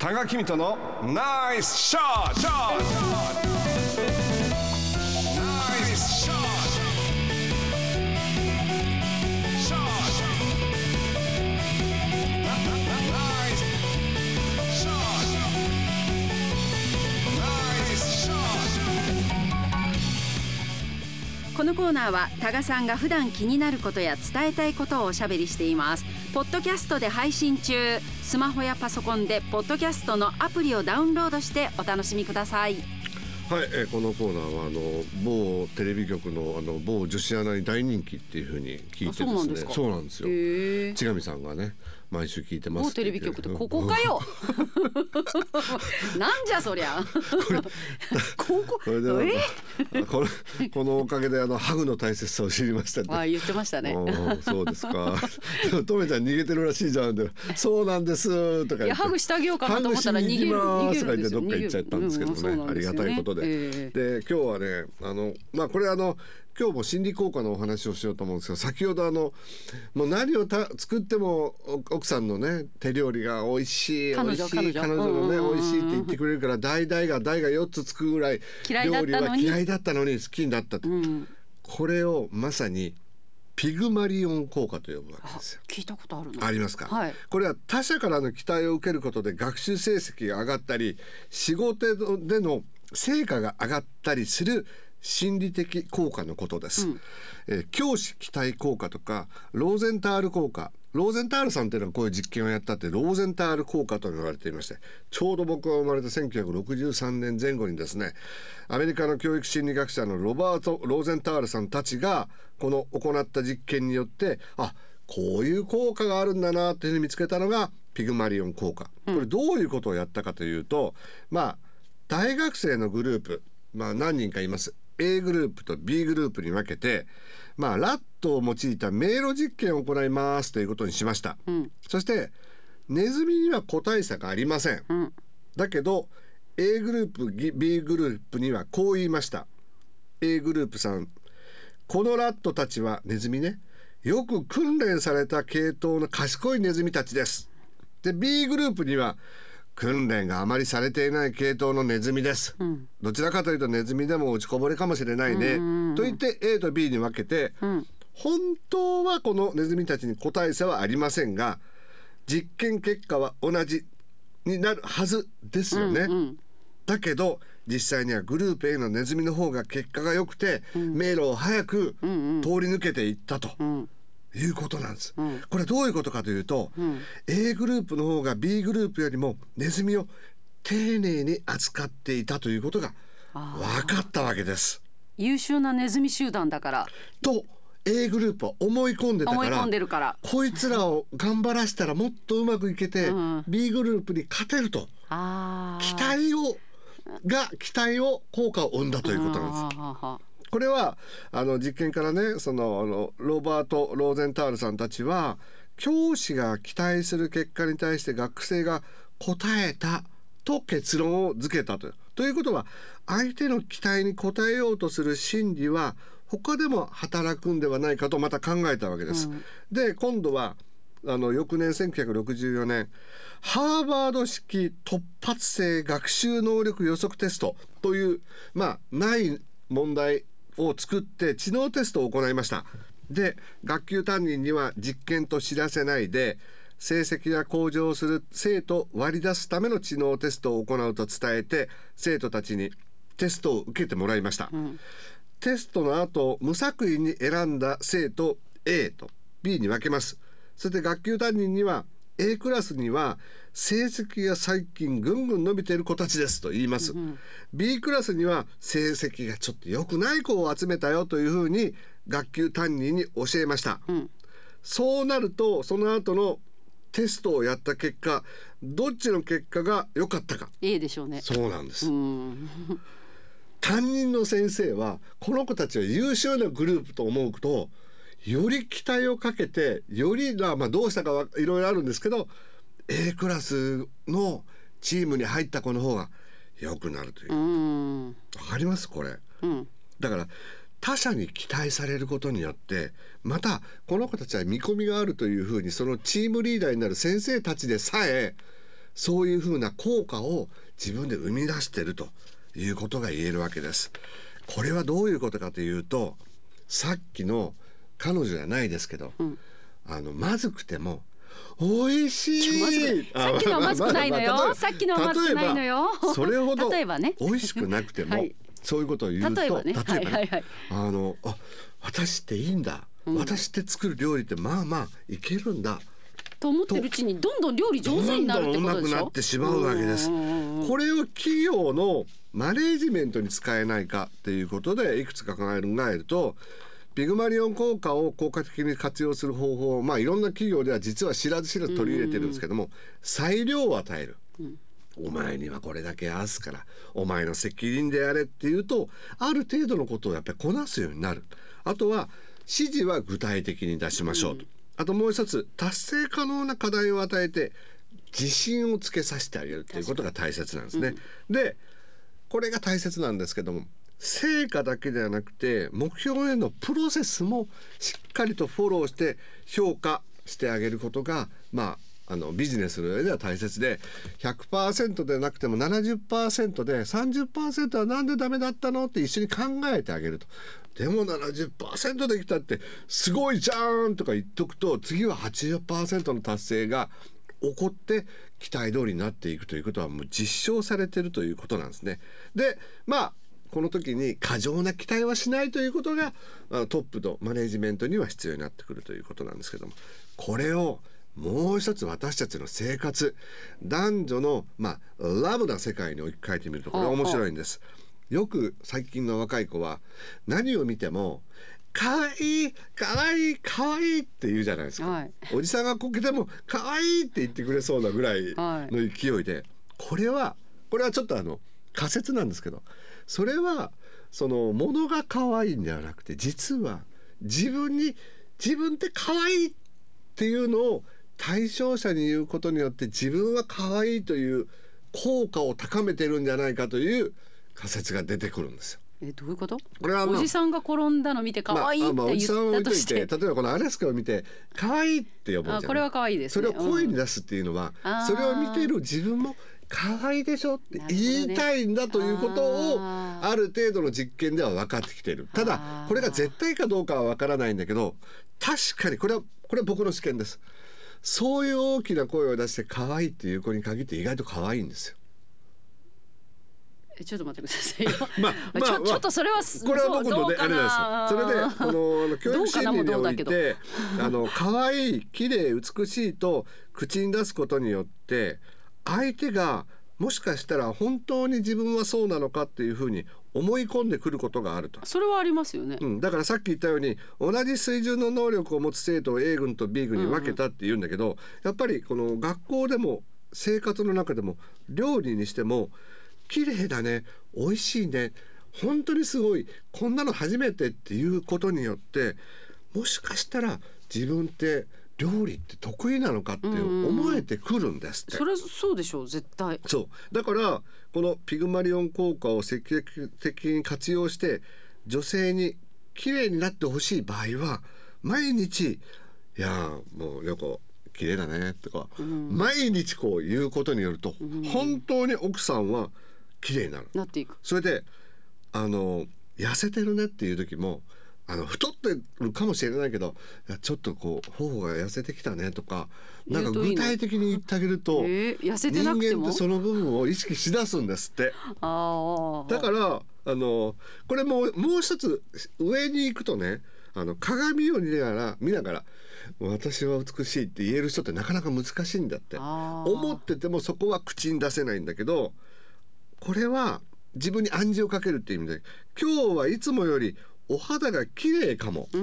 多賀君とのナイスショット。ナイスショット。 このコーナーは多賀さんが普段気になることや伝えたいことをおしゃべりしています。ポッドキャストで配信中。スマホやパソコンでポッドキャストのアプリをダウンロードしてお楽しみください。 はい、このコーナーは某テレビ局の某女子アナに大人気っていう風に聞いてですね。そうなんですよ。千上さんがね毎週聞いてますって某テレビ局ってここかよなんじゃそりゃこのおかげでハグの大切さを知りましたって。 あ、言ってましたねそうですかトメちゃん逃げてるらしいじゃんでそうなんですとか言って、いやハグしてあげようかなと思ったら逃げるとか言ってどっか行っちゃったんですけどね、ありがたいことで、で今日はねこれ今日も心理効果のお話をしようと思うんですけど、先ほどもう何を作っても奥さんのね手料理が美味しい、彼女のね美味しいって言ってくれるから大が4つつくぐらい料理は嫌いだったのに好きになったと、これをまさにピグマリオン効果と呼ぶわけですよ。 聞いたことあるの？ ありますか、 はい、 これは他者からの期待を受けることで学習成績が上がったり仕事での成果が上がったりする心理的効果のことです、教師期待効果とかローゼンタール効果、ローゼンタールさんっていうのはこういう実験をやったってローゼンタール効果と言われていまして、ちょうど僕が生まれた1963年前後にですね、アメリカの教育心理学者のロバート・ローゼンタールさんたちがこの行った実験によってこういう効果があるんだなっていうふうに見つけたのがピグマリオン効果、これどういうことをやったかというと、大学生のグループ、何人かいます。A グループと B グループに分けて、ラットを用いた迷路実験を行いますということにしました、そしてネズミには個体差がありません、だけど A グループ B グループにはこう言いました。 A グループさん、このラットたちはネズミね、よく訓練された系統の賢いネズミたちです。で B グループには訓練があまりされていない系統のネズミです、どちらかというとネズミでも落ちこぼれかもしれないね、と言って A と B に分けて、本当はこのネズミたちに個体差はありませんが実験結果は同じになるはずですよね、だけど実際にはグループ A のネズミの方が結果が良くて、迷路を早く通り抜けていったと、いうことなんです、これどういうことかというと、A グループの方が B グループよりもネズミを丁寧に扱っていたということが分かったわけです。 優秀なネズミ集団だからと A グループは思い込んでたから、こいつらを頑張らせたらもっとうまくいけて、B グループに勝てると期待を効果を生んだということなんです。これは実験からね、ロバート・ローゼンタールさんたちは教師が期待する結果に対して学生が答えたと結論を付けたということは、相手の期待に応えようとする心理は他でも働くんではないかとまた考えたわけです、で今度は翌年1964年ハーバード式突発性学習能力予測テストというない問題を作って知能テストを行いました。で学級担任には実験と知らせないで成績が向上する生徒を割り出すための知能テストを行うと伝えて生徒たちにテストを受けてもらいました、テストの後無作為に選んだ生徒 A と B に分けます。そして学級担任には A クラスには成績が最近ぐんぐん伸びている子たちですと言います、B クラスには成績がちょっと良くない子を集めたよというふうに学級担任に教えました、そうなるとその後のテストをやった結果どっちの結果が良かったか。 A でしょうね。 そうなんです。担任の先生はこの子たちは優秀なグループと思うとより期待をかけてよりどうしたかはいろいろあるんですけど A クラスのチームに入った子の方が良くなるという。わかりますこれ、だから他者に期待されることによってまたこの子たちは見込みがあるというふうにそのチームリーダーになる先生たちでさえそういうふうな効果を自分で生み出しているということが言えるわけです。これはどういうことかというと、さっきの彼女じゃないですけど、まずくても美味しい。 さっきのはまずくないのよ。さっきのはまずくないのよ。 それほど例えばね、 美味しくなくても、そういうことを言うと、 例えばね、 私っていいんだ、私って作る料理ってまあまあいけるんだと思ってるうちにどんどん料理上手になるってことでしょ。 どんどん上手くなってしまうわけです。これを企業のマネージメントに使えないかっていうことでいくつか考えると、ピグマリオン効果を効果的に活用する方法を、いろんな企業では実は知らず知らず取り入れてるんですけども、裁量を与える、お前にはこれだけ合わすからお前の責任でやれっていうと、ある程度のことをやっぱりこなすようになる。あとは指示は具体的に出しましょうと、あともう一つ、達成可能な課題を与えて自信をつけさせてあげるっていうことが大切なんですね。でこれが大切なんですけども、成果だけではなくて目標へのプロセスもしっかりとフォローして評価してあげることが、ビジネスの上では大切で、 100% でなくても 70% で 30% はなんでダメだったのって一緒に考えてあげると。でも 70% できたってすごいじゃんとか言っとくと、次は 80% の達成が起こって期待通りになっていくということはもう実証されているということなんですね。でこの時に過剰な期待はしないということがトップのマネジメントには必要になってくるということなんですけども、これをもう一つ私たちの生活、男女のラブな世界に置き換えてみると、これは面白いんです。よく最近の若い子は何を見てもかわいいかわいいかわいいって言うじゃないですか、おじさんがこけてもかわいいって言ってくれそうなぐらいの勢いで、これはちょっと仮説なんですけど、それはそのものが可愛いんではなくて、実は自分って可愛いっていうのを対象者に言うことによって自分は可愛いという効果を高めてるんじゃないかという仮説が出てくるんですよ。 どういうこと？ これはおじさんが転んだの見て可愛いって言ったとして、 例えばこのアラスカを見て可愛いって呼ぶんじゃない。 これは可愛いですね。 それを声に出すっていうのは、それを見てる自分も可愛いでしょって言いたいんだということをある程度の実験では分かってきている。ただこれが絶対かどうかは分からないんだけど、確かにこれは僕の試験です。そういう大きな声を出して可愛いっていう子に限って意外と可愛いんですよ。 ちょっと待ってくださいよ。ちょっとそれはこれは僕のあれなんです。それでこの教育心理において可愛い綺麗美しいと口に出すことによって相手がもしかしたら本当に自分はそうなのかっていうふうに思い込んでくることがあると。 それはありますよね、 だからさっき言ったように同じ水準の能力を持つ生徒を A 群と B 群に分けたっていうんだけど、やっぱりこの学校でも生活の中でも料理にしても綺麗だね、美味しいね、本当にすごい、こんなの初めてっていうことによって、もしかしたら自分って料理って得意なのかって思えてくるんですって。 それそうでしょう、絶対。 そうだからこのピグマリオン効果を積極的に活用して女性に綺麗になってほしい場合は、毎日いやもうよく綺麗だねとか、毎日こう言うことによると、本当に奥さんは綺麗になっていく。 それで痩せてるねっていう時も太ってるかもしれないけど、ちょっとこう頬が痩せてきたねとか、なんか具体的に言ってあげると、 痩せてなくても人間ってその部分を意識しだすんですって。だからこれもう一つ上に行くとね、鏡を見ながら私は美しいって言える人ってなかなか難しいんだって。思っててもそこは口に出せないんだけど、これは自分に暗示をかけるっていう意味で、今日はいつもよりお肌が綺麗かも、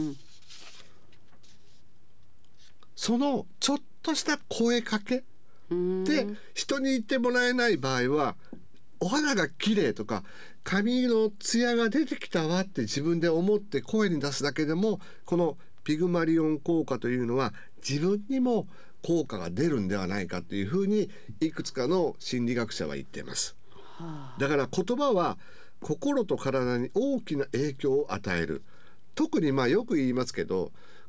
そのちょっとした声かけで人に言ってもらえない場合は、お肌が綺麗とか髪のツヤが出てきたわって自分で思って声に出すだけでも、このピグマリオン効果というのは自分にも効果が出るんではないかというふうにいくつかの心理学者は言っています。だから言葉は心と体に大きな影響を与える。特によく言いますけど、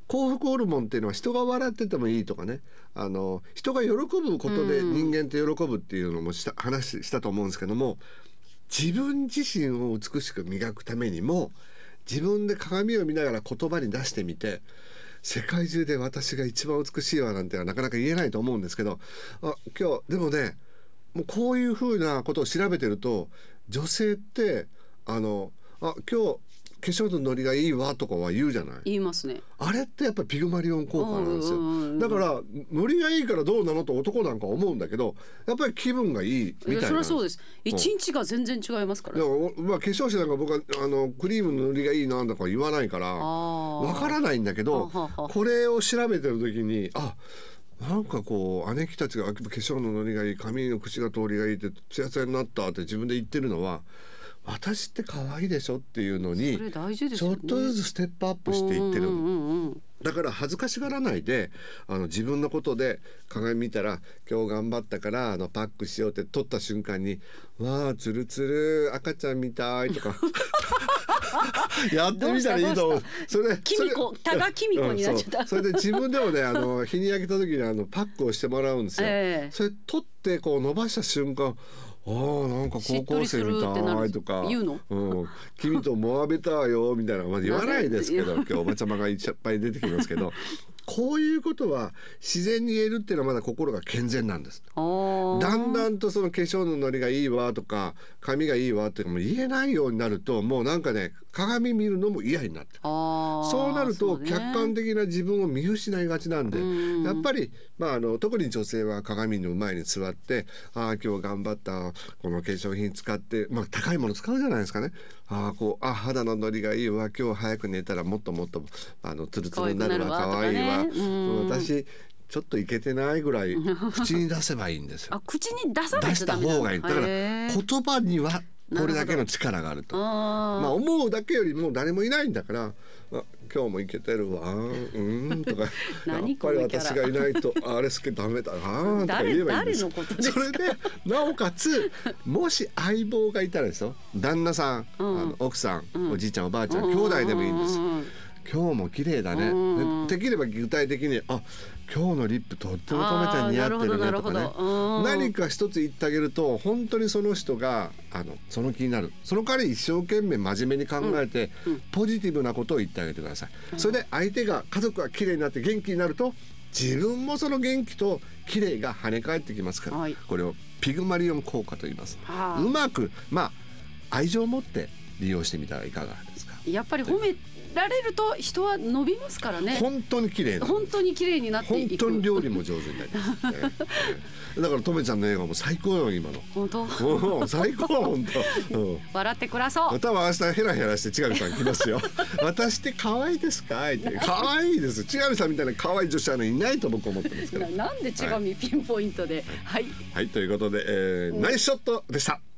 幸福ホルモンっていうのは人が笑っててもいいとかね、人が喜ぶことで人間って喜ぶっていうのも話したと思うんですけども、自分自身を美しく磨くためにも自分で鏡を見ながら言葉に出してみて、世界中で私が一番美しいわなんてはなかなか言えないと思うんですけど、今日でもね、もうこういうふうなことを調べてると、女性って今日化粧のノリがいいわとかは言うじゃない。 言いますね。 あれってやっぱりピグマリオン効果なんですよ。だからノリがいいからどうなのと男なんか思うんだけど、やっぱり気分がいいみたいな。 それはそうです。一日が全然違いますから。 化粧紙なんか僕はクリームのノリがいいなんだか言わないからわからないんだけど、これを調べてる時になんかこう姉貴たちが化粧のノリがいい、髪の口が通りがいいってツヤツヤになったって自分で言ってるのは、私って可愛いでしょっていうのにちょっとずつステップアップしていってる。だから恥ずかしがらないで自分のことで鏡見たら、今日頑張ったからパックしようって取った瞬間に、わあツルツル赤ちゃんみたいとかやってみたらいいと思う。それでタガキミコになっちゃった。 それで自分でもね日に焼けた時にパックをしてもらうんですよ。それ取ってこう伸ばした瞬間、なんか高校生みたいとか言うの、 君とモアベターよみたいな、言わないですけど今日おばちゃまがいっぱい出てきますけどこういうことは自然に言えるっていうのはまだ心が健全なんです。だんだんとその化粧のノリがいいわとか髪がいいわっても言えないようになると、もうなんかね鏡見るのも嫌になって、そうなると客観的な自分を見失いがちなんで、やっぱり特に女性は鏡の前に座って、今日頑張ったこの化粧品使って、高いもの使うじゃないですかね。肌のノリがいいわ、今日早く寝たらもっともっとツルツルになるわ、可愛いわ、私ちょっといけてないぐらい口に出せばいいんですよ。 口に出さないとダメ出した方がいい。だから言葉にはこれだけの力があると。思うだけよりも誰もいないんだから、今日もいけてるわとかやっぱり私がいないとあれ好きダメだなとか言えばいいんですよ。それでなおかつもし相棒がいたらですよ、旦那さん、奥さん、おじいちゃんおばあちゃん、兄弟でもいいんです。今日も綺麗だね、できれば具体的に今日のリップとってもとめちゃん似合ってるねとかね、何か一つ言ってあげると本当にその人がその気になる。その代わり一生懸命真面目に考えて、ポジティブなことを言ってあげてください。それで相手が家族が綺麗になって元気になると、自分もその元気と綺麗が跳ね返ってきますから、これをピグマリオン効果と言います。うまく愛情を持って利用してみたらいかがですか。 やっぱり褒められると人は伸びますからね。 本当に綺麗な、 本当に綺麗になっていく。 本当に料理も上手になりますね。だからとめちゃんの映画も最高よ今の。 本当。 最高本当。 笑って暮らそう。 多分明日ヘラヘラして千上さん来ますよ。私って可愛いですか？可愛いです。千上さんみたいな可愛い女子はいないと僕思ってますけど。 なんで千上ピンポイントで。はい。 はいということでナイスショットでした。